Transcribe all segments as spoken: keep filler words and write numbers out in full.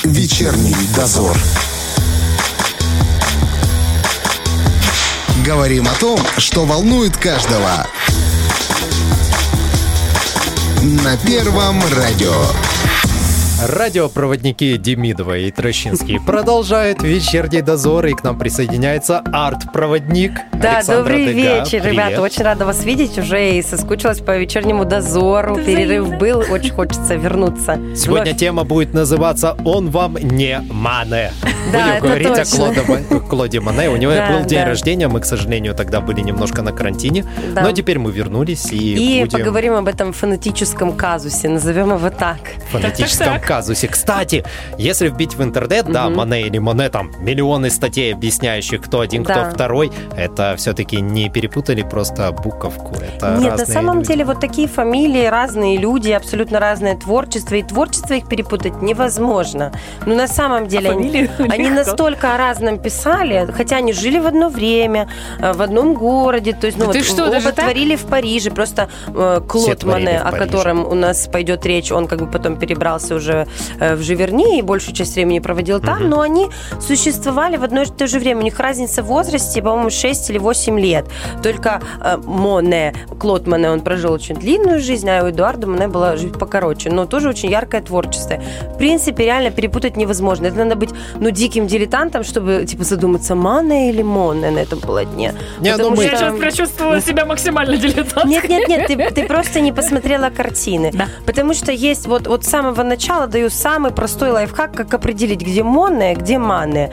Вечерний дозор. Говорим о том, что волнует каждого. На Первом радио. Радиопроводники Демидова и Трощинский продолжают вечерний дозор, и к нам присоединяется арт-проводник Да, Александра добрый Дега. вечер, Привет. ребята. Очень рада вас видеть. Уже и соскучилась по вечернему дозору. Да Перерыв взаимно. был, очень хочется вернуться. Сегодня Вновь. тема будет называться «Он вам не Мане». Да, Будем это говорить точно. о Клоде, Клоде Мане. У него Да, был день да. рождения, мы, к сожалению, тогда были немножко на карантине, Да. но теперь мы вернулись и, И будем поговорим об этом фонетическом казусе, назовем его так. в фонетическом Так-так-так. казусе. Кстати, если вбить в интернет, да, Мане или Моне, там миллионы статей, объясняющих, кто один, кто Да. второй, это все-таки не перепутали просто буковку. Это Нет, на разные самом люди. деле вот такие фамилии, разные люди, абсолютно разное творчество, и творчество их перепутать невозможно. Но на самом деле А они, фамилии они легко. настолько о разном писали, хотя они жили в одно время, э, в одном городе, то есть ну, Да ты вот, что, оба даже так? творили в Париже, просто э, Все Клод творили Моне, в о Париже. котором у нас пойдет речь, он как бы потом перебрался уже э, в Живерни и большую часть времени проводил там, Мгм. но они существовали в одно и то же время. У них разница в возрасте, по-моему, шесть или восемь лет. Только э, Моне, Клод Моне, он прожил очень длинную жизнь, а у Эдуарда Моне была жизнь покороче, но тоже очень яркое творчество. В принципе, реально перепутать невозможно. Это надо быть, ну, диким дилетантом, чтобы, типа, задуматься, Моне или Моне на этом полотне. Не, Потому ну, мы- Я сейчас прочувствовала себя максимально дилетантом. Нет, нет, нет, ты, ты просто не посмотрела картины. Да. Потому что есть вот, вот с самого начала даю самый простой лайфхак, как определить, где Моне, где Мане.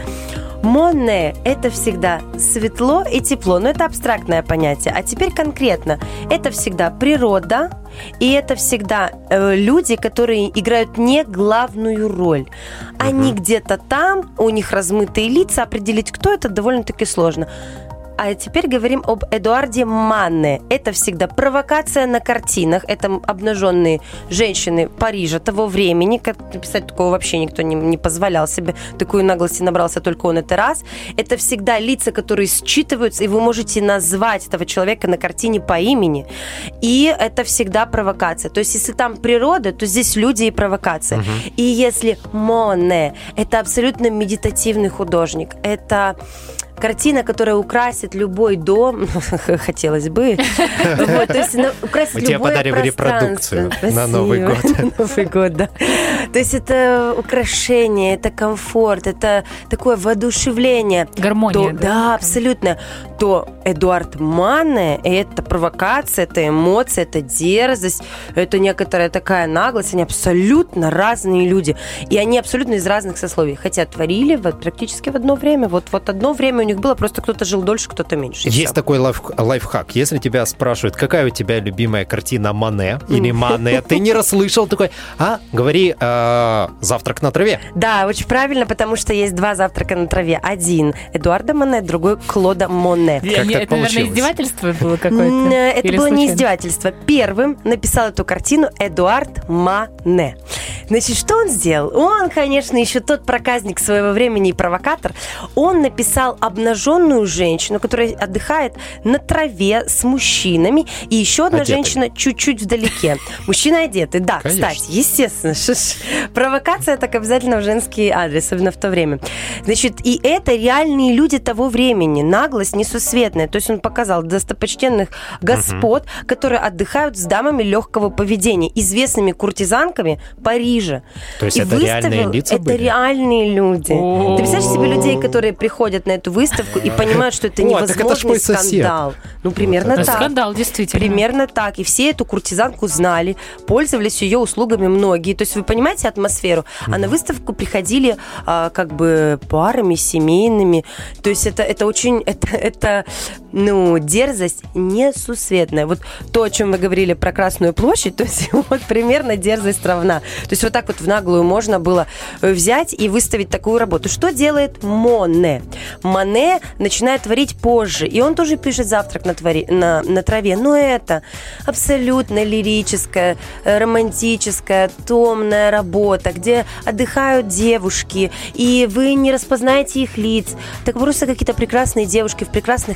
Моне – это всегда светло и тепло, но это абстрактное понятие. А теперь конкретно. Это всегда природа, и это всегда э, люди, которые играют не главную роль. Они где-то там, у них размытые лица, определить, кто это, довольно-таки сложно. А теперь говорим об Эдуарде Мане. Это всегда провокация на картинах. Это обнаженные женщины Парижа того времени. Как написать такого вообще никто не, не позволял себе. Такую наглости набрался только он, это раз. Это всегда лица, которые считываются, и вы можете назвать этого человека на картине по имени. И это всегда провокация. То есть, если там природа, то здесь люди и провокация. Uh-huh. И если Моне – это абсолютно медитативный художник, это картина, которая украсит любой дом, хотелось бы. Вот, то есть ну, украсит Мы тебе любое подарим пространство. репродукцию на Спасибо. Новый год. Новый год, да. То есть это украшение, это комфорт, это такое воодушевление. Гармония, То- да? Да, абсолютно. То Эдуард Мане – это провокация, это эмоция, это дерзость, это некоторая такая наглость. Они абсолютно разные люди. И они абсолютно из разных сословий. Хотя творили вот практически в одно время. Вот, вот одно время у них было, просто кто-то жил дольше, кто-то меньше. и Есть всё. такой лайф, лайфхак. Если тебя спрашивают, какая у тебя любимая картина Мане или Мане, ты не расслышал такой, а, говори э, «Завтрак на траве». Да, очень правильно, потому что есть два завтрака на траве. Один Эдуарда Моне, другой Клода Моне. Я Как не- так это, наверное, получилось? издевательство было какое-то? М, Это Или было не случайно? издевательство. Первым написал эту картину Эдуард Мане. Значит, что он сделал? Он, конечно, еще тот проказник своего времени и провокатор. Он написал обнаженную женщину, которая отдыхает на траве с мужчинами, и еще одна Одетыми. женщина чуть-чуть вдалеке. Мужчина одетый, да, Конечно. кстати, естественно. Ш- ш- Провокация так обязательно в женский адрес, особенно в то время. Значит, и это реальные люди того времени. Наглость несусветная. То есть он показал достопочтенных господ, которые отдыхают с дамами легкого поведения, известными куртизанками Парижа. То есть И это реальные выставил- лица Это были? реальные люди. О. Ты представляешь себе людей, которые приходят на эту выставку и понимают, что это О, так это ж невозможный мой сосед. скандал. Ну, примерно Вот Ну, это так. скандал, действительно. Примерно так. И все эту куртизанку знали, пользовались ее услугами многие. То есть вы понимаете атмосферу? А на выставку приходили а, как бы парами, семейными. То есть это, это очень... Это, это, ну, дерзость несусветная. Вот то, о чем вы говорили про Красную площадь, то есть вот примерно дерзость равна. То есть вот так вот в наглую можно было взять и выставить такую работу. Что делает Моне? Моне начинает творить позже. И он тоже пишет «Завтрак на, твори, на, на траве». Но это абсолютно лирическая, романтическая, томная работа, где отдыхают девушки, и вы не распознаете их лиц. Так просто какие-то прекрасные девушки в прекрасных платьях,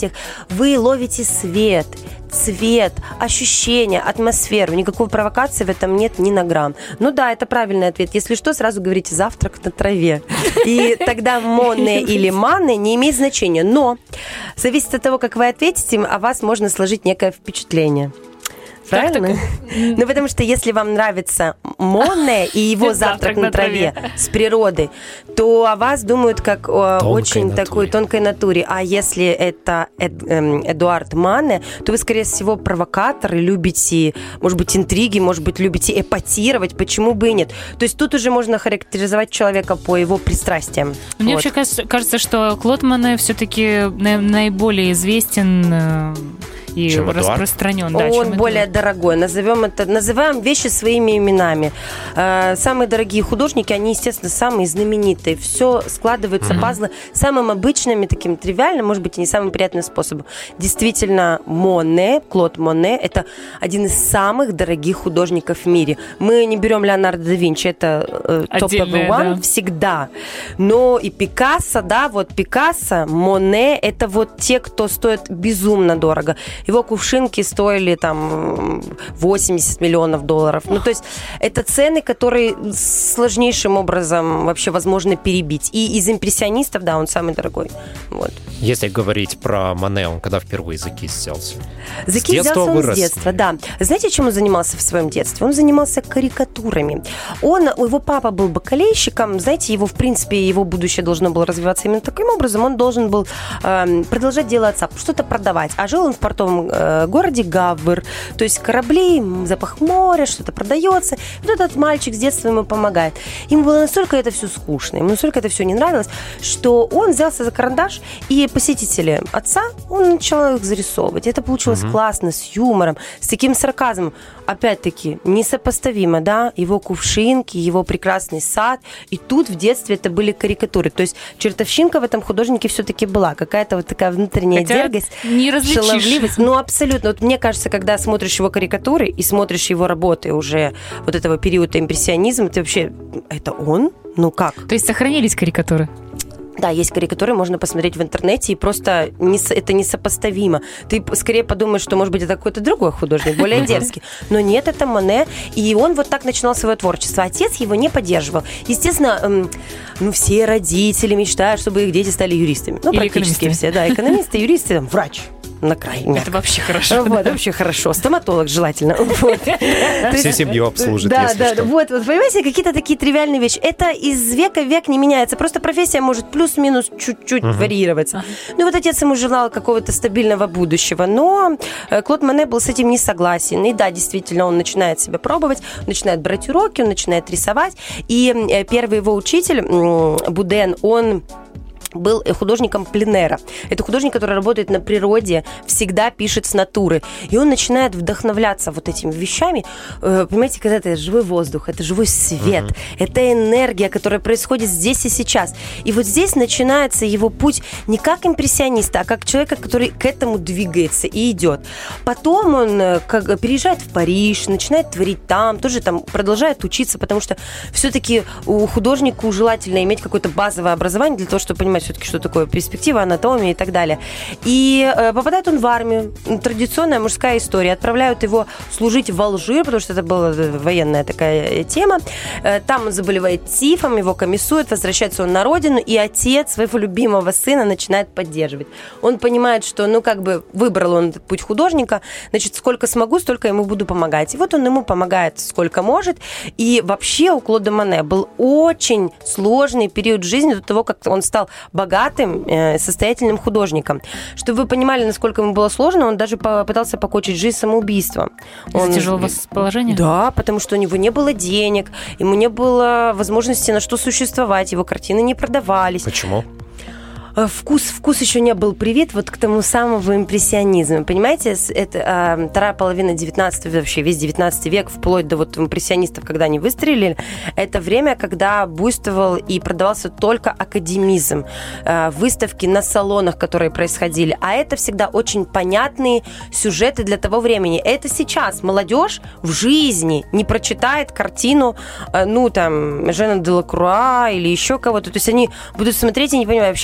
художниках вы ловите свет, цвет, ощущение, атмосферу. Никакой провокации в этом нет ни на грамм. Ну да, это правильный ответ. Если что, сразу говорите «завтрак на траве». И тогда Моне или Мане не имеет значения. Но зависит от того, как вы ответите, о вас можно сложить некое впечатление. Правильно? Так, так. Ну, потому что если вам нравится Моне и его «Завтрак на траве» с природы, то о вас думают как о очень такой тонкой натуре. А если это Эд, эм, Эдуард Мане, то вы, скорее всего, провокатор и любите, может быть, интриги, может быть, любите эпатировать. Почему бы и нет? То есть тут уже можно характеризовать человека по его пристрастиям. Мне вот. вообще кажется, что Клод Моне все-таки наиболее известен и чем распространен. Да, он чем более это... дорогой. Назовем это, называем вещи своими именами. Самые дорогие художники, они, естественно, самые знаменитые. Все складываются, mm-hmm. пазлы самым обычным и таким тривиальным, может быть, и не самым приятным способом. Действительно, Моне, Клод Моне, это один из самых дорогих художников в мире. Мы не берем Леонардо да Винчи, это топ-один да. всегда. Но и Пикассо, да, вот Пикассо, Моне, это вот те, кто стоит безумно дорого. Его кувшинки стоили там восемьдесят миллионов долларов. Ну, то есть это цены, которые сложнейшим образом вообще возможно перебить. И из импрессионистов, да, он самый дорогой. Вот. Если говорить про Моне, он когда впервые за кисть взялся? За кисть взялся он вырос. С детства, да. Знаете, чем он занимался в своем детстве? Он занимался карикатурами. Он, его папа был бакалейщиком. Знаете, его, в принципе, его будущее должно было развиваться именно таким образом. Он должен был э, продолжать дело отца, что-то продавать. А жил он в портовом э, городе Гавр. То есть корабли, запах моря, что-то продается. И вот этот мальчик с детства ему помогает. Ему было настолько это все скучно, ему настолько это все не нравилось, что он взялся за карандаш, и посетители отца, он начал их зарисовывать. Это получилось mm-hmm. классно, с юмором, с таким сарказмом. Опять-таки, несопоставимо, да, его кувшинки, его прекрасный сад. И тут в детстве это были карикатуры. То есть чертовщинка в этом художнике все-таки была. Какая-то вот такая внутренняя Хотя дергость, не различишь. Шаловливость. Ну, абсолютно. Вот мне кажется, когда смотришь его карикатуры и смотришь его работы уже вот этого периода импрессионизма, ты вообще, это он? Ну как? То есть сохранились карикатуры? Да, есть карикатуры, можно посмотреть в интернете, и просто не, это несопоставимо. Ты скорее подумаешь, что, может быть, это какой-то другой художник, более дерзкий. Но нет, это Моне, и он вот так начинал свое творчество. Отец его не поддерживал. Естественно, эм, ну, все родители мечтают, чтобы их дети стали юристами. Ну, Или практически экономисты. все, да, экономисты, юристы, там, врач. На край. Это вообще хорошо. Вот, да. Вообще хорошо. Стоматолог желательно. Вот. Всю семью обслужит, да, если да, что. Вот, вот, понимаете, какие-то такие тривиальные вещи. Это из века в век не меняется. Просто профессия может плюс-минус чуть-чуть uh-huh. варьироваться. Uh-huh. Ну, вот отец ему желал какого-то стабильного будущего. Но Клод Моне был с этим не согласен. И да, действительно, он начинает себя пробовать, начинает брать уроки, он начинает рисовать. И первый его учитель, Буден, он... был художником пленера. Это художник, который работает на природе, всегда пишет с натуры. И он начинает вдохновляться вот этими вещами. Понимаете, когда это живой воздух, это живой свет, uh-huh. это энергия, которая происходит здесь и сейчас. И вот здесь начинается его путь не как импрессиониста, а как человека, который к этому двигается и идет. Потом он как, переезжает в Париж, начинает творить там, тоже там продолжает учиться, потому что все-таки у художника желательно иметь какое-то базовое образование для того, чтобы понимать все-таки, что такое перспектива, анатомия и так далее. И э, попадает он в армию. Традиционная мужская история. Отправляют его служить в Алжир, потому что это была военная такая тема. Э, там он заболевает тифом, его комиссуют, возвращается он на родину, и отец своего любимого сына начинает поддерживать. Он понимает, что, ну, как бы выбрал он этот путь художника, значит, сколько смогу, столько ему буду помогать. И вот он ему помогает сколько может. И вообще у Клода Моне был очень сложный период жизни до того, как он стал богатым, состоятельным художником. Чтобы вы понимали, насколько ему было сложно, он даже попытался покончить жизнь самоубийством. Он... тяжелого положения? Да, потому что у него не было денег, ему не было возможности на что существовать, его картины не продавались. Почему? Вкус, вкус еще не был привит вот к тому самому импрессионизму. Понимаете, это а, вторая половина девятнадцатого, вообще весь девятнадцатый век, вплоть до вот импрессионистов, когда они выстрелили, это время, когда буйствовал и продавался только академизм, а, выставки на салонах, которые происходили. А это всегда очень понятные сюжеты для того времени. Это сейчас молодежь в жизни не прочитает картину, а, ну, там, Жена Делакруа или еще кого-то. То есть они будут смотреть и не понимают вообще, о чем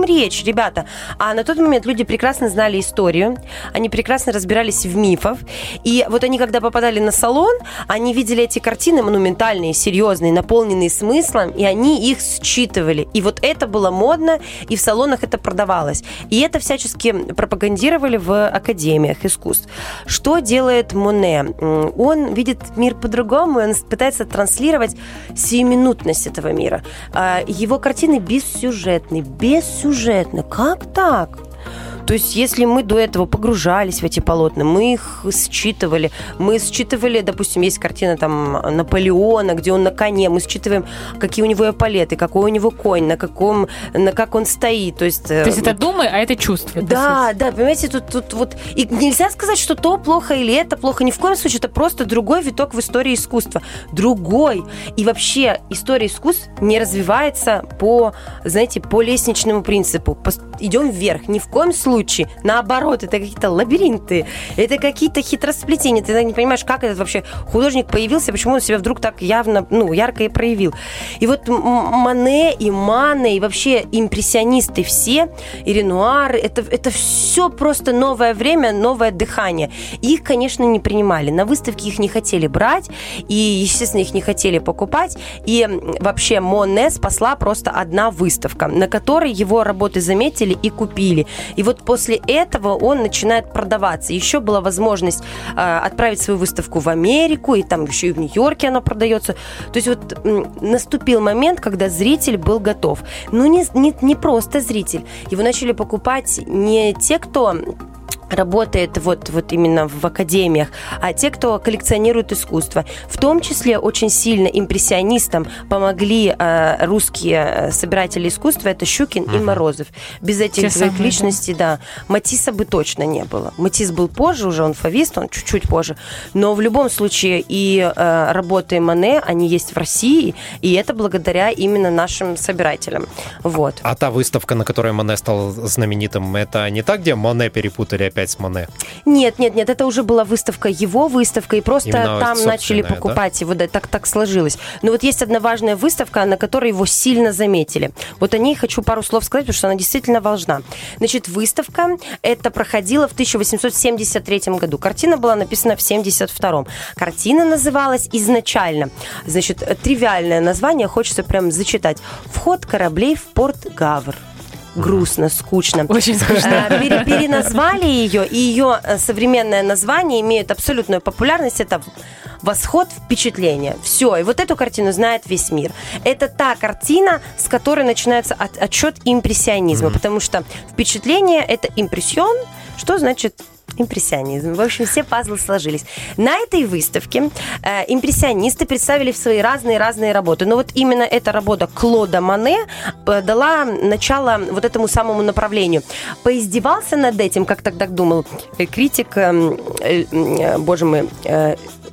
речь, ребята? А на тот момент люди прекрасно знали историю, они прекрасно разбирались в мифах, и вот они, когда попадали на салон, они видели эти картины монументальные, серьезные, наполненные смыслом, и они их считывали. И вот это было модно, и в салонах это продавалось. И это всячески пропагандировали в академиях искусств. Что делает Моне? Он видит мир по-другому, он пытается транслировать сиюминутность этого мира. Его картины бессюжетны, бессюжетны. Как так? То есть, если мы до этого погружались в эти полотна, мы их считывали, мы считывали, допустим, есть картина там Наполеона, где он на коне, мы считываем, какие у него эполеты, какой у него конь, на каком, на как он стоит. То есть, то есть это думай, а это чувство. Да, да, понимаете, тут, тут вот... И нельзя сказать, что то плохо или это плохо. Ни в коем случае, это просто другой виток в истории искусства. Другой. И вообще история искусств не развивается по, знаете, по лестничному принципу. Идем вверх. Ни в коем случае. Наоборот, это какие-то лабиринты, это какие-то хитросплетения. Ты не понимаешь, как этот вообще художник появился, почему он себя вдруг так явно, ну, ярко и проявил. И вот Моне и Мане, и вообще импрессионисты все, и Ренуар, это, это все просто новое время, новое дыхание. Их, конечно, не принимали. На выставке их не хотели брать, и, естественно, их не хотели покупать. И вообще Моне спасла просто одна выставка, на которой его работы заметили и купили. И вот после этого он начинает продаваться. Еще была возможность э, отправить свою выставку в Америку, и там еще и в Нью-Йорке она продается. То есть вот м, наступил момент, когда зритель был готов. Ну, не, не, не просто зритель. Его начали покупать не те, кто... работает вот, вот именно в академиях, а те, кто коллекционирует искусство. В том числе очень сильно импрессионистам помогли э, русские собиратели искусства, это Щукин uh-huh. и Морозов. Без этих те двоих самые, личностей, да. да, Матисса бы точно не было. Матисс был позже, уже он фавист, он чуть-чуть позже. Но в любом случае и э, работы Моне, они есть в России, и это благодаря именно нашим собирателям. Вот. А та выставка, на которой Моне стал знаменитым, это не та, где Моне перепутали опять с Моне? Нет, нет, нет, это уже была выставка, его выставка, и просто именно там начали покупать да? его, да, так, так сложилось. Но вот есть одна важная выставка, на которой его сильно заметили. Вот о ней хочу пару слов сказать, потому что она действительно важна. Значит, выставка это проходила в тысяча восемьсот семьдесят третьем году. Картина была написана в семьдесят втором. Картина называлась изначально, значит, тривиальное название, хочется прям зачитать. «Вход кораблей в порт Гавр». Грустно, скучно. Очень скучно. Пере- переназвали ее, и ее современное название имеет абсолютную популярность. Это «Восход впечатления». Все, и вот эту картину знает весь мир. Это та картина, с которой начинается от- отчет импрессионизма, mm-hmm. потому что впечатление – это импрессион, что значит импрессионизм. В общем, все пазлы сложились. На этой выставке э, импрессионисты представили свои разные-разные работы. Но вот именно эта работа Клода Моне э, дала начало вот этому самому направлению. Поиздевался над этим, как тогда думал э, критик, э, э, боже мой, э,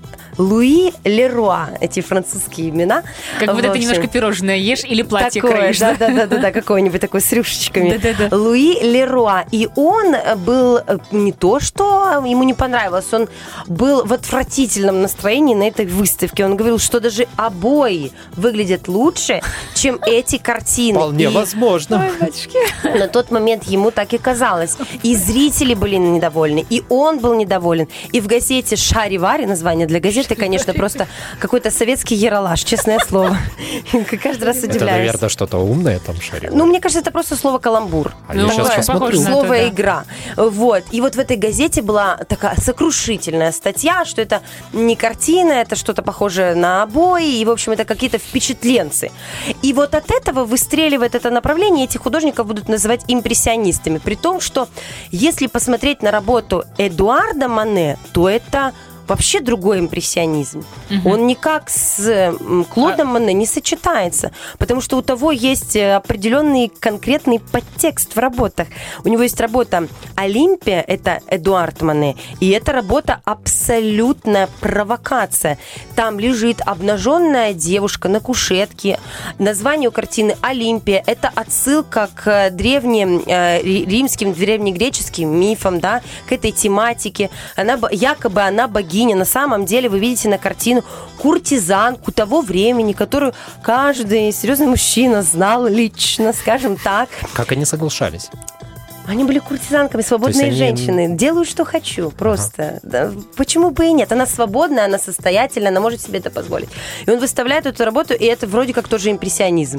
Луи Леруа, эти французские имена. Как будто ты немножко пирожное ешь или платье такое, краешь. Да, да, да, да, да, какое-нибудь такое с рюшечками. Да, да, да. Луи Леруа. И он был не то, что ему не понравилось, он был в отвратительном настроении на этой выставке. Он говорил, что даже обои выглядят лучше, чем эти картины. Вполне и... возможно. Ой, на тот момент ему так и казалось. И зрители были недовольны, и он был недоволен. И в газете «Шаривари», название для газеты, это, конечно, просто какой-то советский яролаж, честное слово. Каждый раз удивляюсь. Это, наверное, что-то умное там шарит. Ну, мне кажется, это просто слово «каламбур». А я сейчас посмотрю. Слово «игра». Вот. И вот в этой газете была такая сокрушительная статья, что это не картина, это что-то похожее на обои, и, в общем, это какие-то впечатленцы. И вот от этого выстреливает это направление, этих художников будут называть импрессионистами. При том, что если посмотреть на работу Эдуарда Моне, то это... вообще другой импрессионизм. Угу. Он никак с Клодом Моне не сочетается, потому что у того есть определенный конкретный подтекст в работах. У него есть работа «Олимпия», это Эдуард Моне, и эта работа абсолютная провокация. Там лежит обнаженная девушка на кушетке. Название у картины «Олимпия» — это отсылка к древним э, римским, древнегреческим мифам, да, к этой тематике. Она, якобы она богиня богиня. На самом деле вы видите на картину куртизанку того времени, которую каждый серьезный мужчина знал лично, скажем так. Как они соглашались? Они были куртизанками, свободные они... женщины. Делаю, что хочу, просто. Ага. Да, почему бы и нет? Она свободная, она состоятельная, она может себе это позволить. И он выставляет эту работу, и это вроде как тоже импрессионизм.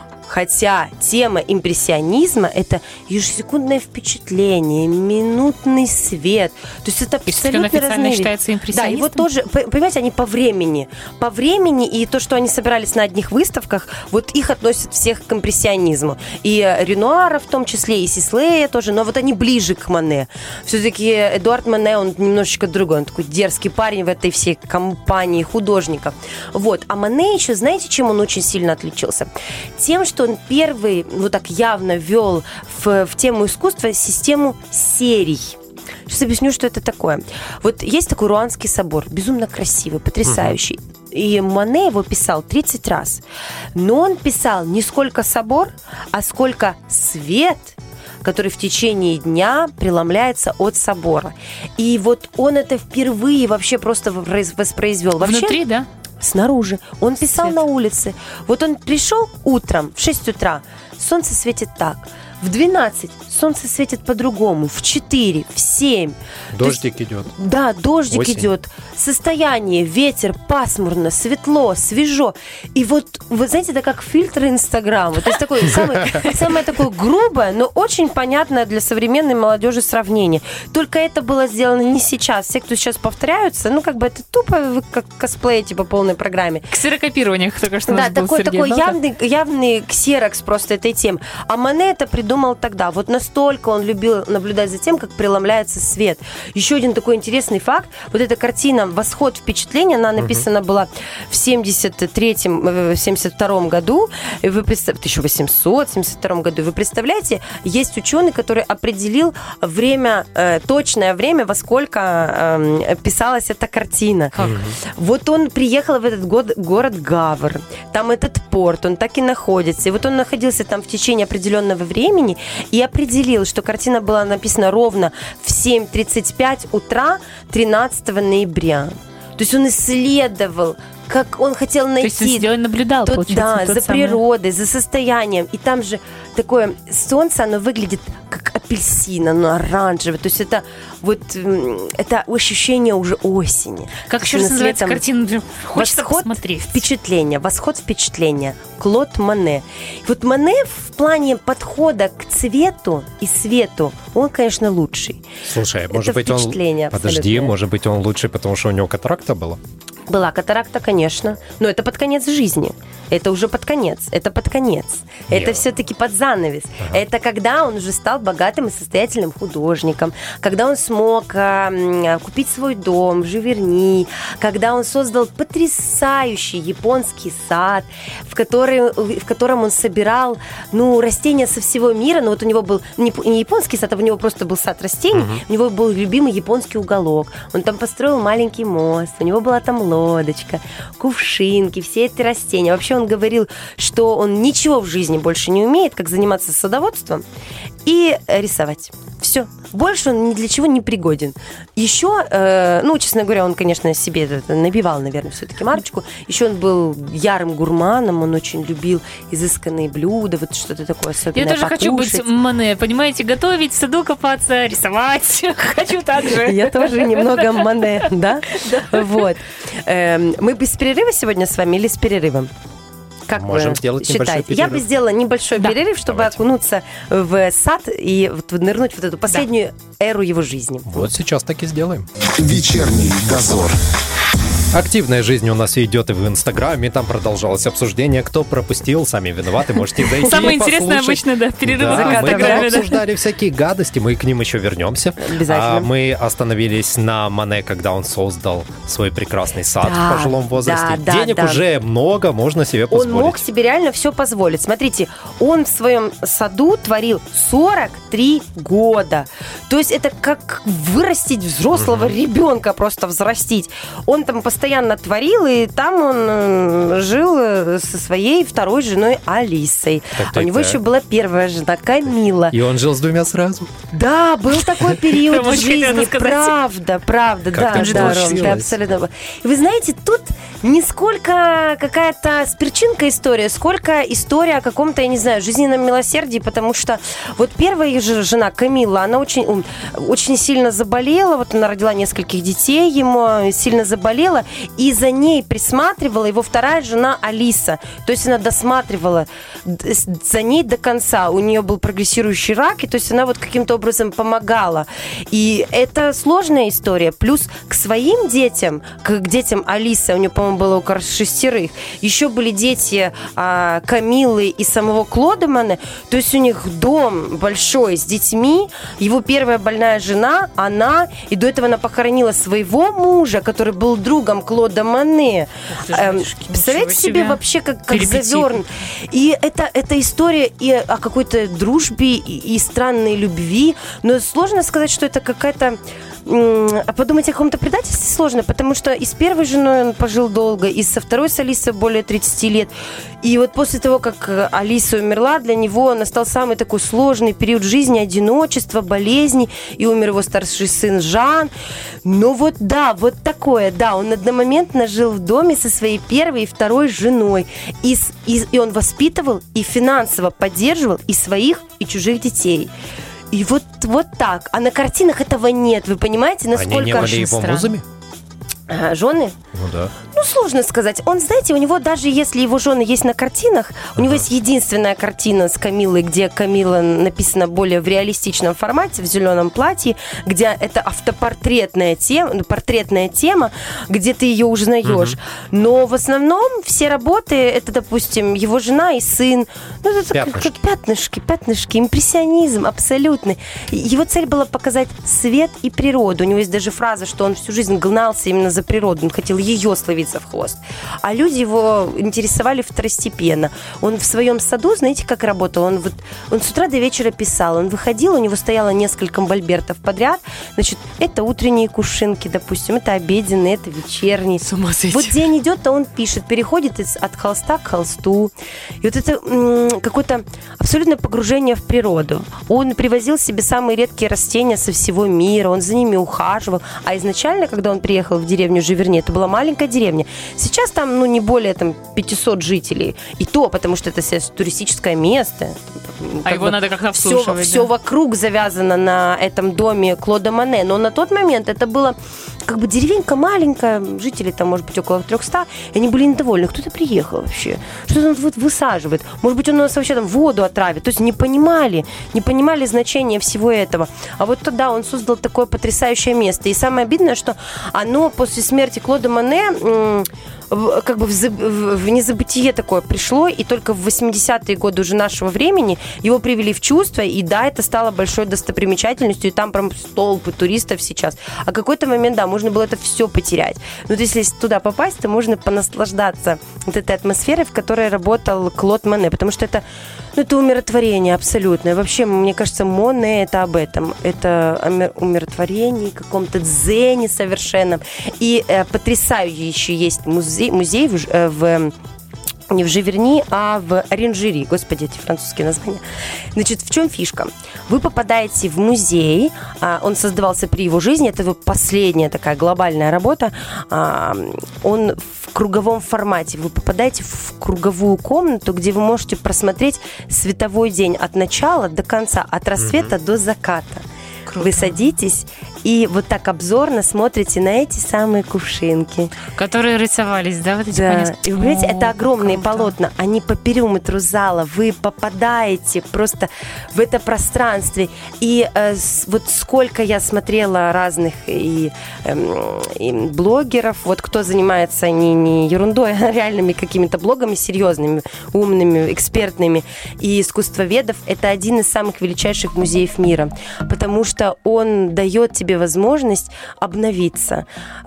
Хотя тема импрессионизма – это ежесекундное впечатление, минутный свет. То есть это абсолютно разные. Он официально считается импрессионистом? Да, его тоже, понимаете, они по времени. По времени, и то, что они собирались на одних выставках, вот их относят всех к импрессионизму. И Ренуара в том числе, и Сислея тоже, но вот они ближе к Мане. Все-таки Эдуард Мане, он немножечко другой, он такой дерзкий парень в этой всей компании художников. Вот. А Мане еще, знаете, чем он очень сильно отличился? Тем, что он первый вот так явно ввел в, в тему искусства систему серий. Сейчас объясню, что это такое. Вот есть такой Руанский собор, безумно красивый, потрясающий. Uh-huh. И Мане его писал тридцать раз. Но он писал не сколько собор, а сколько свет, который в течение дня преломляется от собора. И вот он это впервые вообще просто воспроизвел. Вообще, внутри, да? Снаружи. Он писал Свет. На улице. Вот он пришел утром в шесть утра, солнце светит так. В двенадцать солнце светит по-другому. В четыре, в семь. Дождик есть, идет. Да, дождик Осень. идет. Состояние, ветер, пасмурно, светло, свежо. И вот, вы знаете, это как фильтр Инстаграма. То есть такое самое, самое такое грубое, но очень понятное для современной молодежи сравнение. Только это было сделано не сейчас. Все, кто сейчас повторяются, ну, как бы это тупо, вы как косплеите по полной программе. Ксерокопирование только что у нас Да, был, такой, Сергей, такой да? явный, явный ксерокс просто этой темы. А Мане это придумал тогда. Вот настолько он любил наблюдать за тем, как преломляется свет. Еще один такой интересный факт. Вот эта картина «Восход впечатления», она написана uh-huh. была в семьдесят третьем, семьдесят втором году, и вы представ... тысяча восемьсот семьдесят втором году. И вы представляете, есть ученый, который определил время, э, точное время, во сколько э, писалась эта картина. Как? Вот он приехал в этот год, город Гавр. Там этот порт, он так и находится. И вот он находился там в течение определенного времени и определил, что картина была написана ровно в семь тридцать пять утра тринадцатого ноября. То есть он исследовал, как он хотел найти... То есть он сделал, наблюдал, тот, получается, да, за самый... природой, за состоянием. И там же такое солнце, оно выглядит как апельсин, оно оранжевое. То есть это вот это ощущение уже осени. Как еще раз называется картина? Хочется «Восход посмотреть. впечатления». «Восход впечатления». Клод Мане. И вот Мане в плане подхода к цвету и свету, он, конечно, лучший. Слушай, это может быть, он... абсолютное. Подожди, может быть, он лучший, потому что у него катаракта была? Была катаракта, конечно, но это под конец жизни. Это уже под конец. Это под конец. Нет. Это все-таки под занавес. Ага. Это когда он уже стал богатым и состоятельным художником, когда он смог э, купить свой дом в Живерни, когда он создал потрясающий японский сад, в, который, в котором он собирал ну, растения со всего мира. Но вот у него был не, не японский сад, а у него просто был сад растений. Ага. У него был любимый японский уголок. Он там построил маленький мост. У него была там лодочка, кувшинки, все эти растения. Вообще он говорил, что он ничего в жизни больше не умеет, как заниматься садоводством и рисовать. Все. Больше он ни для чего не пригоден. Еще, э, ну, честно говоря, он, конечно, себе это набивал, наверное, все-таки марочку. Еще он был ярым гурманом, он очень любил изысканные блюда, вот что-то такое особенное. Я тоже покушать. хочу быть Мане, понимаете, готовить, в саду копаться, рисовать. Хочу так же. Я тоже немного Мане, да? Вот. Мы без перерыва сегодня с вами или с перерывом? Как можем вы сделать считаете? небольшой перерыв. Я бы сделала небольшой да. перерыв, чтобы Давайте. окунуться в сад и вот нырнуть в вот эту последнюю да. эру его жизни. Вот сейчас так и сделаем. Вечерний дозор. Активная жизнь у нас идет и в Инстаграме, там продолжалось обсуждение, кто пропустил, сами виноваты, можете зайти и Самое интересное обычно, да, перерыв за Инстаграме. Мы обсуждали всякие гадости, мы к ним еще вернемся. Обязательно. А мы остановились на Мане, когда он создал свой прекрасный сад да, в пожилом возрасте. Да, Денег да, уже да. много, можно себе позволить. Он мог себе реально все позволить. Смотрите, он в своем саду творил сорок три года. То есть это как вырастить взрослого угу. ребенка, просто взрастить. Он там постоянно постоянно творил, и там он жил со своей второй женой Алисой. Так, так, У него так. еще была первая жена Камила. И он жил с двумя сразу? Да, был такой период в жизни, правда, правда, да, да, Ром, ты абсолютно. И вы знаете, тут не сколько какая-то с перчинкой история, сколько история о каком-то, я не знаю, жизненном милосердии, потому что вот первая же жена Камила, она очень, очень сильно заболела, вот она родила нескольких детей ему, сильно заболела, и за ней присматривала его вторая жена Алиса, то есть она досматривала за ней до конца, у нее был прогрессирующий рак, и то есть она вот каким-то образом помогала, и это сложная история, плюс к своим детям, к детям Алисы, у нее, по-моему, было около шестерых, еще были дети а, Камилы и самого Клода Моне, то есть у них дом большой с детьми, его первая больная жена, она, и до этого она похоронила своего мужа, который был другом Клода Моне. Эм, представляете себе вообще, как, как завернут. И это, это история и о какой-то дружбе, и, и странной любви, но сложно сказать, что это какая-то... А подумать о каком-то предательстве сложно, потому что и с первой женой он пожил долго, и со второй с Алисой более тридцати лет. И вот после того, как Алиса умерла, для него настал самый такой сложный период жизни, одиночества, болезней, и умер его старший сын Жан. Но вот да, вот такое, да, он одномоментно жил в доме со своей первой и второй женой. И, и, и он воспитывал и финансово поддерживал и своих, и чужих детей. И вот, вот так. А на картинах этого нет. Вы понимаете, насколько... Они не были его музами? А, жены? Ну да. Ну, сложно сказать. Он, знаете, у него даже если его жены есть на картинах, у uh-huh. него есть единственная картина с Камилой, где Камила написана более в реалистичном формате, в зеленом платье, где это автопортретная тема, ну, портретная тема, где ты ее узнаешь. Uh-huh. Но в основном все работы, это, допустим, его жена и сын. Ну, это пятнышки. Как, как пятнышки, пятнышки, импрессионизм абсолютный. Его цель была показать свет и природу. У него есть даже фраза, что он всю жизнь гнался именно за природу, он хотел ее словиться в хвост. А люди его интересовали второстепенно. Он в своем саду, знаете, как работал? Он, вот, он с утра до вечера писал. Он выходил, у него стояло несколько мольбертов подряд. Значит, это утренние кувшинки, допустим, это обеденные, это вечерние. С ума сойти. Вот день идет, а он пишет, переходит из, от холста к холсту. И вот это м- какое-то абсолютное погружение в природу. Он привозил себе самые редкие растения со всего мира, он за ними ухаживал. А изначально, когда он приехал в деревню Живерни, это была маленькая деревня. Сейчас там, ну, не более там пятьсот жителей. И то, потому что это сейчас туристическое место. А как его надо как-то обслуживать. Все, все вокруг завязано на этом доме Клода Моне. Но на тот момент это было как бы деревенька маленькая, жителей там, может быть, около трехсот, и они были недовольны. Кто-то приехал вообще. Что-то он вот высаживает. Может быть, он у нас вообще там воду отравит. То есть не понимали, не понимали значения всего этого. А вот тогда он создал такое потрясающее место. И самое обидное, что оно после смерти Клода Моне м- как бы в, в, в незабытие такое пришло, и только в восьмидесятые годы уже нашего времени его привели в чувство, и да, это стало большой достопримечательностью, и там прям столпы туристов сейчас. А какой-то момент, да, можно было это все потерять. Но вот если туда попасть, то можно понаслаждаться вот этой атмосферой, в которой работал Клод Моне, потому что это, ну, это умиротворение абсолютное. Вообще, мне кажется, Моне это об этом. Это о умиротворении, каком-то дзене совершенном. И э, потрясающий есть музей, музей в, в не в Живерни, а в Оранжери. Господи, эти французские названия. Значит, в чем фишка? Вы попадаете в музей, он создавался при его жизни, это его последняя такая глобальная работа, он в круговом формате. Вы попадаете в круговую комнату, где вы можете просмотреть световой день от начала до конца, от рассвета mm-hmm. до заката. Круто. Вы садитесь и вот так обзорно смотрите на эти самые кувшинки. Которые рисовались, да? Вот эти да. И вы понимаете, это огромные круто. Полотна. Они по периметру зала. Вы попадаете просто в это пространство. И э, с, вот сколько я смотрела разных и, э, и блогеров, вот кто занимается не, не ерундой, а реальными какими-то блогами серьезными, умными, экспертными и искусствоведов, это один из самых величайших музеев мира. Потому что он дает тебе себе возможность обновиться,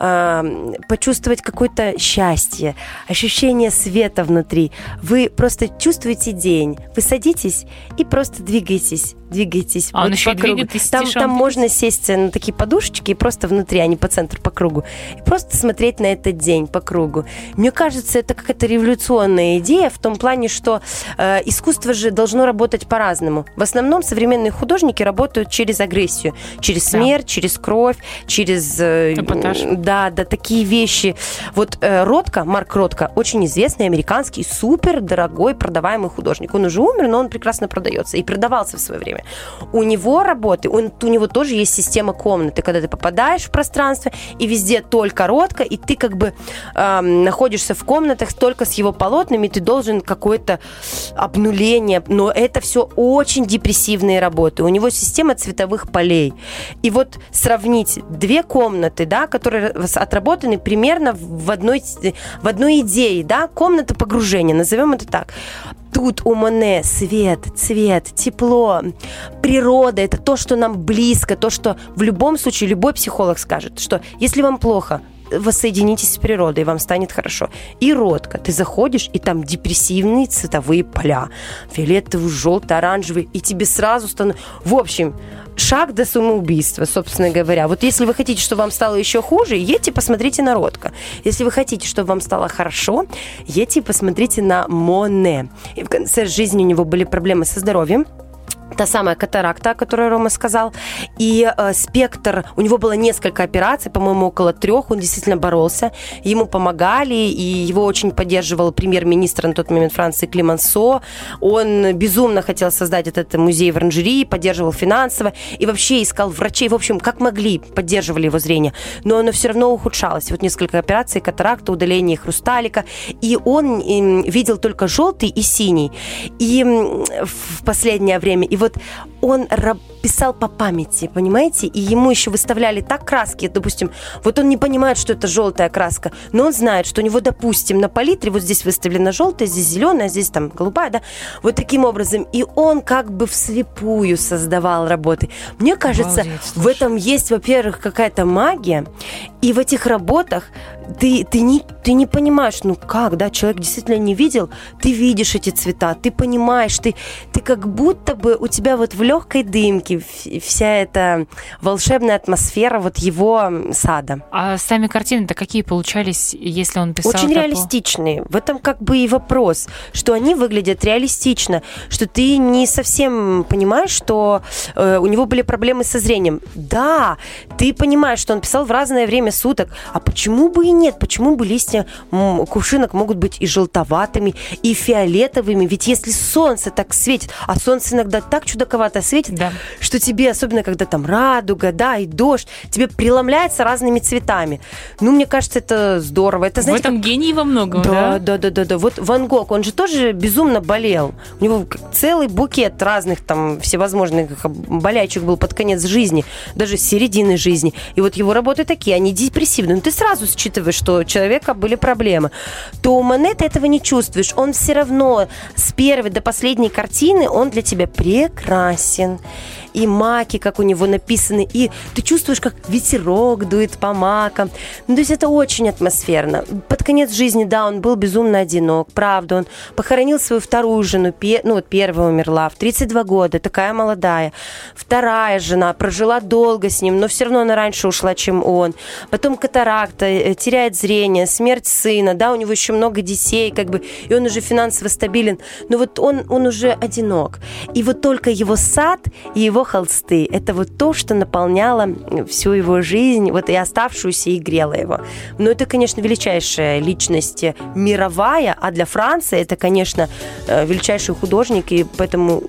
почувствовать какое-то счастье, ощущение света внутри. Вы просто чувствуете день, вы садитесь и просто двигаетесь, двигаетесь. А вот он еще и двигается. Там, там можно сесть на такие подушечки и просто внутри, а не по центру, по кругу. И просто смотреть на этот день по кругу. Мне кажется, это какая-то революционная идея в том плане, что э, искусство же должно работать по-разному. В основном современные художники работают через агрессию, через смерть, да. через кровь, через... Э, да, да, такие вещи. Вот э, Ротко, Марк Ротко, очень известный американский, супер дорогой продаваемый художник. Он уже умер, но он прекрасно продается и продавался в свое время. У него работы, он, у него тоже есть система комнаты, когда ты попадаешь в пространство, и везде только Ротко, и ты как бы э, находишься в комнатах только с его полотнами, ты должен какое-то обнуление, но это все очень депрессивные работы. У него система цветовых полей. И вот сравнить две комнаты, да, которые отработаны примерно в одной, в одной идее, да, комната погружения, назовем это так. Тут у Моне свет, цвет, тепло, природа. Это то, что нам близко, то, что в любом случае любой психолог скажет, что если вам плохо, воссоединитесь с природой, вам станет хорошо. И Ротко. Ты заходишь, и там депрессивные цветовые поля. Фиолетовый, желтый, оранжевый. И тебе сразу становится... В общем, шаг до самоубийства, собственно говоря. Вот если вы хотите, чтобы вам стало еще хуже, едьте, посмотрите на Ротко. Если вы хотите, чтобы вам стало хорошо, едьте, посмотрите на Моне. И в конце жизни у него были проблемы со здоровьем. Та самая катаракта, о которой Рома сказал. И э, спектр, у него было несколько операций, по-моему, около трех, он действительно боролся. Ему помогали, и его очень поддерживал премьер-министр на тот момент Франции Климансо. Он безумно хотел создать этот музей в оранжерии, поддерживал финансово и вообще искал врачей. В общем, как могли, поддерживали его зрение. Но оно все равно ухудшалось. Вот несколько операций, катаракта, удаление хрусталика. И он э, видел только желтый и синий. И э, в последнее время... И вот он писал по памяти, понимаете? И ему еще выставляли так краски, допустим, вот он не понимает, что это желтая краска, но он знает, что у него, допустим, на палитре вот здесь выставлена желтая, здесь зеленая, здесь там голубая, да? Вот таким образом. И он как бы вслепую создавал работы. Мне кажется, Обалдеть, в этом есть, во-первых, какая-то магия, и в этих работах ты, ты, не, ты не понимаешь, ну как, да, человек действительно не видел, ты видишь эти цвета, ты понимаешь, ты, ты как будто бы у тебя вот в легкой дымке вся эта волшебная атмосфера вот его сада. А сами картины-то какие получались, если он писал? Очень реалистичные. В этом как бы и вопрос, что они выглядят реалистично, что ты не совсем понимаешь, что э, у него были проблемы со зрением. Да, ты понимаешь, что он писал в разное время суток, а почему бы и нет? Почему бы листья кувшинок могут быть и желтоватыми, и фиолетовыми? Ведь если солнце так светит, а солнце иногда так чудаковато светит, да. что тебе, особенно когда там радуга, да, и дождь, тебе преломляется разными цветами. Ну, мне кажется, это здорово. Это, знаете, в этом как... гений во многом, да? Да, да, да, да, да. Вот Ван Гог, он же тоже безумно болел. У него целый букет разных там всевозможных болячек был под конец жизни, даже с середины жизни. И вот его работы такие, они депрессивные. Но ты сразу считываешь, что у человека были проблемы. То у Моне ты этого не чувствуешь. Он все равно с первой до последней картины, он для тебя прекрасен. И маки, как у него написаны, и ты чувствуешь, как ветерок дует по макам. Ну, то есть это очень атмосферно. Под конец жизни, да, он был безумно одинок, правда. Он похоронил свою вторую жену, пе- ну, вот первая умерла в тридцать два года, такая молодая. Вторая жена прожила долго с ним, но все равно она раньше ушла, чем он. Потом катаракта, теряет зрение, смерть сына, да, у него еще много детей, как бы, и он уже финансово стабилен. Но вот он, он уже одинок. И вот только его сад и его холсты. Это вот то, что наполняло всю его жизнь, вот и оставшуюся, и грело его. Но это, конечно, величайшая личность мировая, а для Франции это, конечно, величайший художник, и поэтому,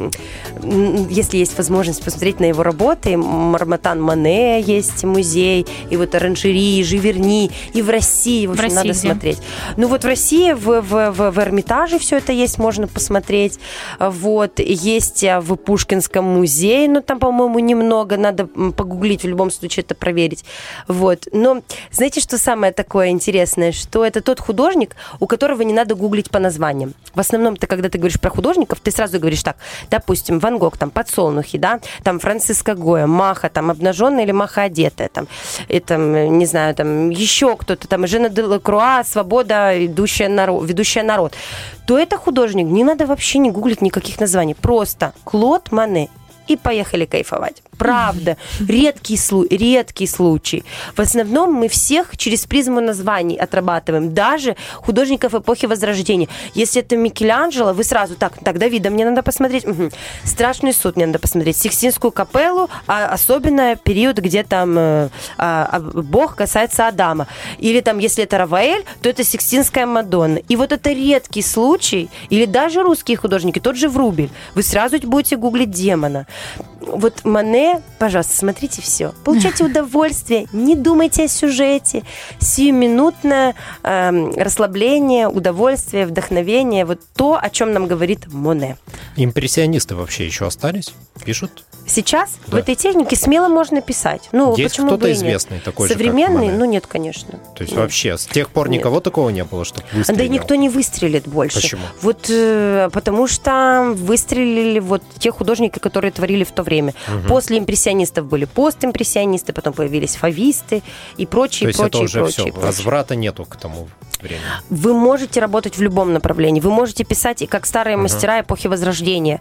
если есть возможность посмотреть на его работы, Мармотан Моне есть музей, и вот оранжерии, Живерни, и в России, в общем, в России, надо где? смотреть. Ну вот в России, в, в, в, в Эрмитаже все это есть, можно посмотреть. Вот, есть в Пушкинском музее, идей, но там, по-моему, немного, надо погуглить, в любом случае это проверить. Вот. Но знаете, что самое такое интересное? Что это тот художник, у которого не надо гуглить по названиям. В основном, ты, когда ты говоришь про художников, ты сразу говоришь так, допустим, Ван Гог, там, «Подсолнухи», да, там, Франциско Гойя, Маха, там, «Обнаженная» или «Маха одетая», там, и, там, не знаю, там, еще кто-то, там, Жена Делакруа, «Свобода, идущая народ, ведущая народ», то это художник, не надо вообще не гуглить никаких названий, просто Клод Моне. И поехали кайфовать. Правда. Редкий, слу- редкий случай. В основном мы всех через призму названий отрабатываем. Даже художников эпохи Возрождения. Если это Микеланджело, вы сразу, так, так, Давида, мне надо посмотреть. Угу. Страшный суд мне надо посмотреть. Сикстинскую капеллу, а особенно период, где там э, а, Бог касается Адама. Или там, если это Раваэль, то это Сикстинская Мадонна. И вот это редкий случай, или даже русские художники, тот же Врубель, вы сразу будете гуглить демона. Вот Моне, пожалуйста, смотрите все. Получайте удовольствие, не думайте о сюжете. Сиюминутное э, расслабление, удовольствие, вдохновение. Вот то, о чем нам говорит Моне. Импрессионисты вообще еще остались? Пишут? Сейчас Да. в этой технике смело можно писать. Ну, есть почему кто-то бы и известный нет? такой Современный? же, как Моне? Ну, нет, конечно. То есть нет. вообще с тех пор никого нет. такого не было, чтобы выстрелил? Да и никто не выстрелит больше. Почему? Вот э, потому что выстрелили вот те художники, которые творили в то время. Угу. После импрессионистов были постимпрессионисты, потом появились фависты и прочие, То есть прочие, это уже прочие, все, прочие. возврата нету к тому времени. Вы можете работать в любом направлении. Вы можете писать и как старые угу. мастера эпохи Возрождения.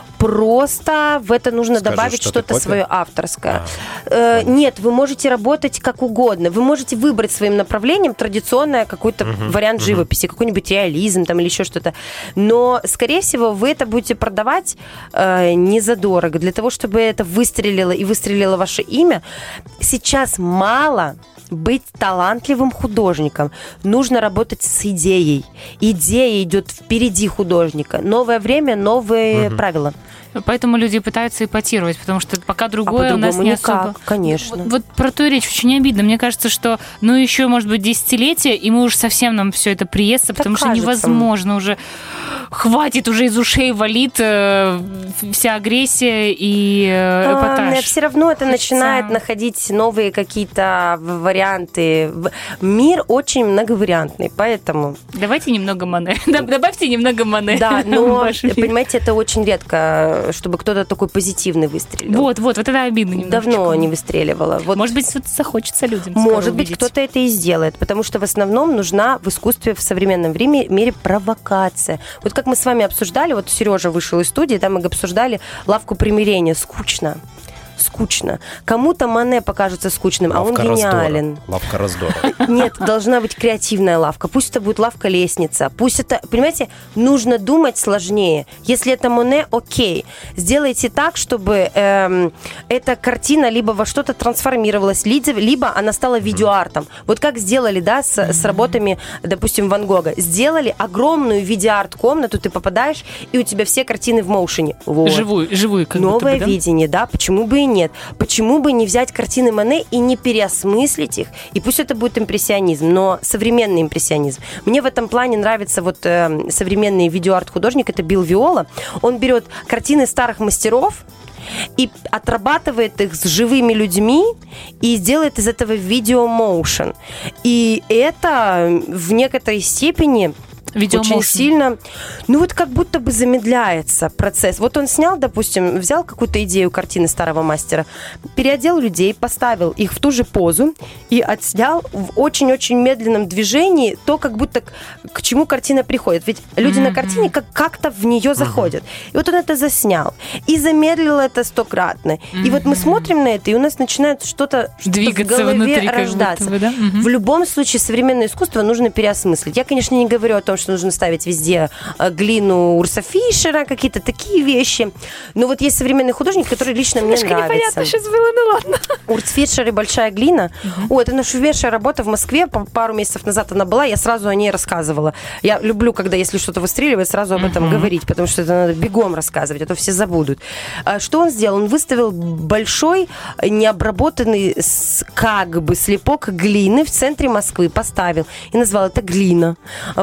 Просто в это нужно Скажешь, добавить что что-то свое авторское. А, э, нет, вы можете работать как угодно. Вы можете выбрать своим направлением традиционный какой-то uh-huh, вариант uh-huh. живописи, какой-нибудь реализм там, или еще что-то. Но, скорее всего, вы это будете продавать э, не задорого. Для того, чтобы это выстрелило и выстрелило ваше имя, сейчас мало быть талантливым художником. Нужно работать с идеей. Идея идет впереди художника. Новое время, новые угу. правила. Поэтому люди пытаются ипотировать, потому что пока другое а у нас не никак, особо... конечно. Вот, вот про то и речь очень обидно. Мне кажется, что ну еще, может быть, десятилетия, и мы уже совсем нам все это приестся, так потому кажется. Что невозможно уже... Хватит, уже из ушей валит э, вся агрессия и э, эпатаж. А, все равно это Хочется... начинает находить новые какие-то варианты. Мир очень многовариантный, поэтому... Давайте немного Моне. Добавьте немного Моне. Да, но, понимаете, это очень редко, чтобы кто-то такой позитивный выстрелил. Вот, вот, вот это обидно немножечко. Давно не выстреливало. Вот. Может быть, захочется людям Может быть, увидеть. кто-то это и сделает, потому что в основном нужна в искусстве в современном времени мире провокация. Вот как мы с вами обсуждали, вот Сережа вышел из студии, там мы обсуждали «Лавку примирения». Скучно. Скучно. Кому-то Моне покажется скучным, лавка а он гениален. Раздора. Лавка раздора. Нет, должна быть креативная лавка. Пусть это будет лавка-лестница. Пусть это, понимаете, нужно думать сложнее. Если это Моне, окей. Сделайте так, чтобы эм, эта картина либо во что-то трансформировалась, либо она стала видеоартом. Вот как сделали, да, с, с работами, допустим, Ван Гога. Сделали огромную видеоарт-комнату, ты попадаешь, и у тебя все картины в моушене. Вот. Живую, живую как Новое будто бы, да? видение, да, почему бы и нет. Почему бы не взять картины Моне и не переосмыслить их? И пусть это будет импрессионизм, но современный импрессионизм. Мне в этом плане нравится вот э, современный видеоарт-художник, это Билл Виола. Он берет картины старых мастеров и отрабатывает их с живыми людьми и делает из этого видео-моушен. И это в некоторой степени... Очень сильно, ну вот как будто бы замедляется процесс. Вот он снял, допустим, взял какую-то идею картины старого мастера, переодел людей, поставил их в ту же позу и отснял в очень-очень медленном движении то, как будто к, к чему картина приходит. Ведь люди mm-hmm. на картине как- как-то в нее заходят. Mm-hmm. И вот он это заснял и замедлил это стократно. Mm-hmm. И вот мы смотрим на это, и у нас начинает что-то, что-то двигаться в голове внутри, рождаться. Бы, да? mm-hmm. В любом случае современное искусство нужно переосмыслить. Я, конечно, не говорю о том, что нужно ставить везде глину Урса Фишера, какие-то такие вещи. Но вот есть современный художник, который лично Немножко мне нравится. Непонятно сейчас было, ну ладно. Урс Фишер и большая глина. Uh-huh. О, это наша первая работа в Москве. Пару месяцев назад она была, я сразу о ней рассказывала. Я люблю, когда если что-то выстреливает, сразу об этом uh-huh. говорить, потому что это надо бегом рассказывать, а то все забудут. Что он сделал? Он выставил большой, необработанный как бы слепок глины в центре Москвы, поставил и назвал это глина. Вот.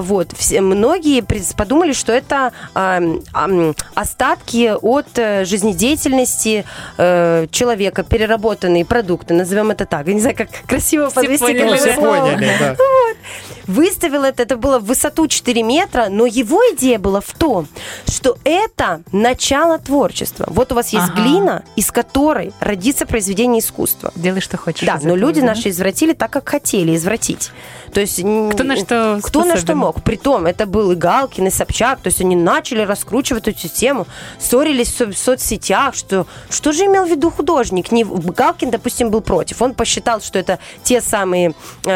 многие подумали, что это э, э, остатки от э, жизнедеятельности э, человека, переработанные продукты, назовем это так. Я не знаю, как красиво все подвести поняли, какое слово. Поняли, да. Вот. Выставил это, это было в высоту четыре метра, но его идея была в том, что это начало творчества. Вот у вас есть ага. глина, из которой родится произведение искусства. Делай, что хочешь. Да, но люди да? наши извратили так, как хотели извратить. То есть кто на что кто на что мог. Притом это был и Галкин, и Собчак. То есть они начали раскручивать эту тему, ссорились в соцсетях, что что же имел в виду художник. Не, Галкин, допустим, был против. Он посчитал, что это те самые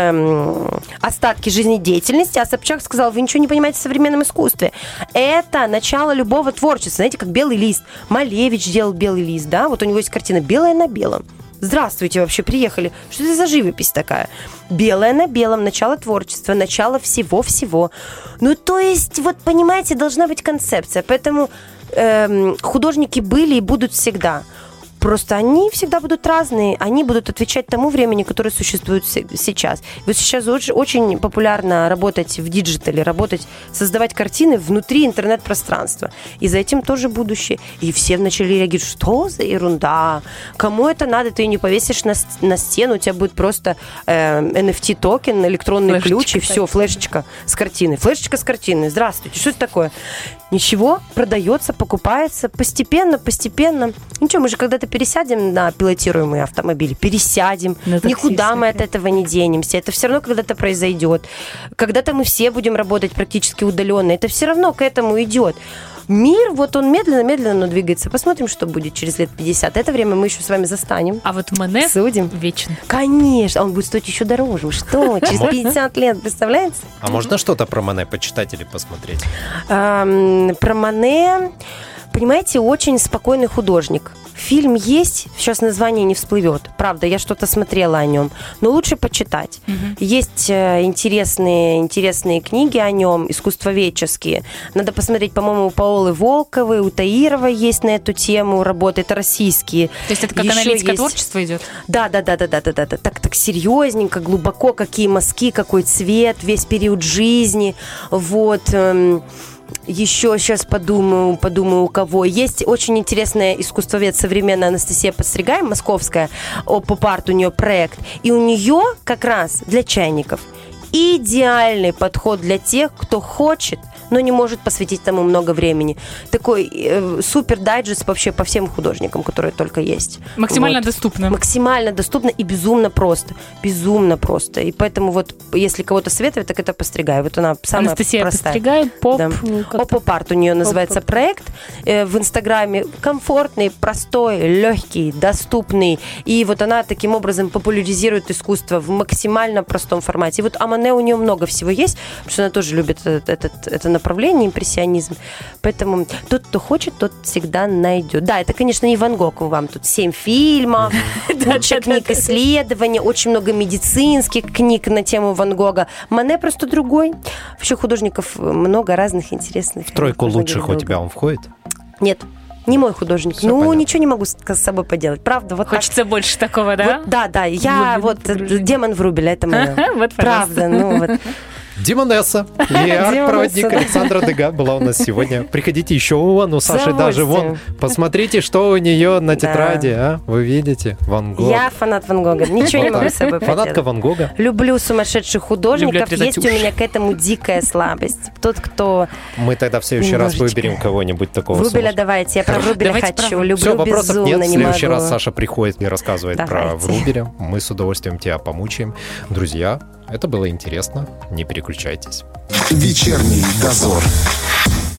эм, остатки жизнедеятельности, а Собчак сказал, вы ничего не понимаете в современном искусстве. Это начало любого творчества. Знаете, как белый лист. Малевич делал белый лист, да? Вот у него есть картина «Белая на белом». Здравствуйте, вообще приехали. Что это за живопись такая? Белое на белом, начало творчества, начало всего-всего. Ну, то есть, вот, понимаете, должна быть концепция. Поэтому эм, художники были и будут всегда. Просто они всегда будут разные, они будут отвечать тому времени, которое существует сейчас. Вот сейчас очень, очень популярно работать в диджитале, работать, создавать картины внутри интернет-пространства. И за этим тоже будущее. И все вначале реагируют, что за ерунда? Кому это надо? Ты не повесишь на, на стену, у тебя будет просто э, эн эф ти-токен, электронный флешечка, ключ, и все, флешечка с картиной. Флешечка с картиной. Здравствуйте, что это такое? Ничего, продается, покупается постепенно, постепенно. Ничего, мы же когда-то пересядем на пилотируемые автомобили, пересядем, на никуда мы от этого не денемся. Это все равно когда-то произойдет. Когда-то мы все будем работать практически удаленно. Это все равно к этому идет. Мир, вот он медленно-медленно двигается. Посмотрим, что будет через лет пятьдесят. Это время мы еще с вами застанем. А вот Моне судим. Вечно. Конечно. Он будет стоить еще дороже. Что? Через пятьдесят лет, представляете? А можно что-то про Моне почитать или посмотреть? Про Моне, понимаете, очень спокойный художник. Фильм есть, сейчас название не всплывет. Правда, я что-то смотрела о нем. Но лучше почитать. Угу. Есть интересные, интересные книги о нем, искусствоведческие. Надо посмотреть, по-моему, у Паолы Волковой, у Таирова есть на эту тему работы. Это российские. То есть это как еще аналитика есть... творчества идет? Да, да, да, да, да, да, да, да. Так, так серьезненько, глубоко, какие мазки, какой цвет, весь период жизни. Вот. Еще сейчас подумаю, подумаю, у кого. Есть очень интересная искусствовед современная Анастасия Постригай, московская, поп-арт у нее проект. И у нее как раз для чайников идеальный подход для тех, кто хочет, но не может посвятить тому много времени. Такой э, супер дайджест вообще по всем художникам, которые только есть. Максимально вот. доступно. Максимально доступно и безумно просто. Безумно просто. И поэтому вот, если кого-то советовать, так это Постригай. Вот она самая Анастасия простая. Постригай, поп... Да. Поп-арт у нее называется поп-поп. Проект. Э, в Инстаграме комфортный, простой, легкий, доступный. И вот она таким образом популяризирует искусство в максимально простом формате. И вот о Моне у нее много всего есть, потому что она тоже любит этот, этот, это направление, импрессионизм. Поэтому тот, кто хочет, тот всегда найдет. Да, это, конечно, не Ван Гог. Вам тут семь фильмов, куча книг исследований, очень много медицинских книг на тему Ван Гога. Моне просто другой. Вообще художников много разных интересных. В тройку лучших у тебя он входит? Нет. Не мой художник. Все ну, понятно. Ничего не могу с собой поделать. Правда, вот хочется так. Больше такого, да? Вот, да, да. Я вот демон Врубеля, это мое. Вот, правда, ну вот. Демонесса и арт-проводник Александра Дега была у нас сегодня. Приходите еще у Саши даже вон. Посмотрите, что у нее на тетради, а? Вы видите? Ван Гог. Я фанат Ван Гога. Ничего не могу с собой поделать. Фанатка Ван Гога. Люблю сумасшедших художников. Есть у меня к этому дикая слабость. Тот, кто... Мы тогда в следующий раз выберем кого-нибудь такого. Врубеля давайте. Я про Врубеля хочу. Люблю безумно. Все, вопросов нет. В следующий раз Саша приходит и рассказывает про Врубеля. Мы с удовольствием тебя помучаем. Друзья, это было интересно. Не переключайтесь. Вечерний дозор.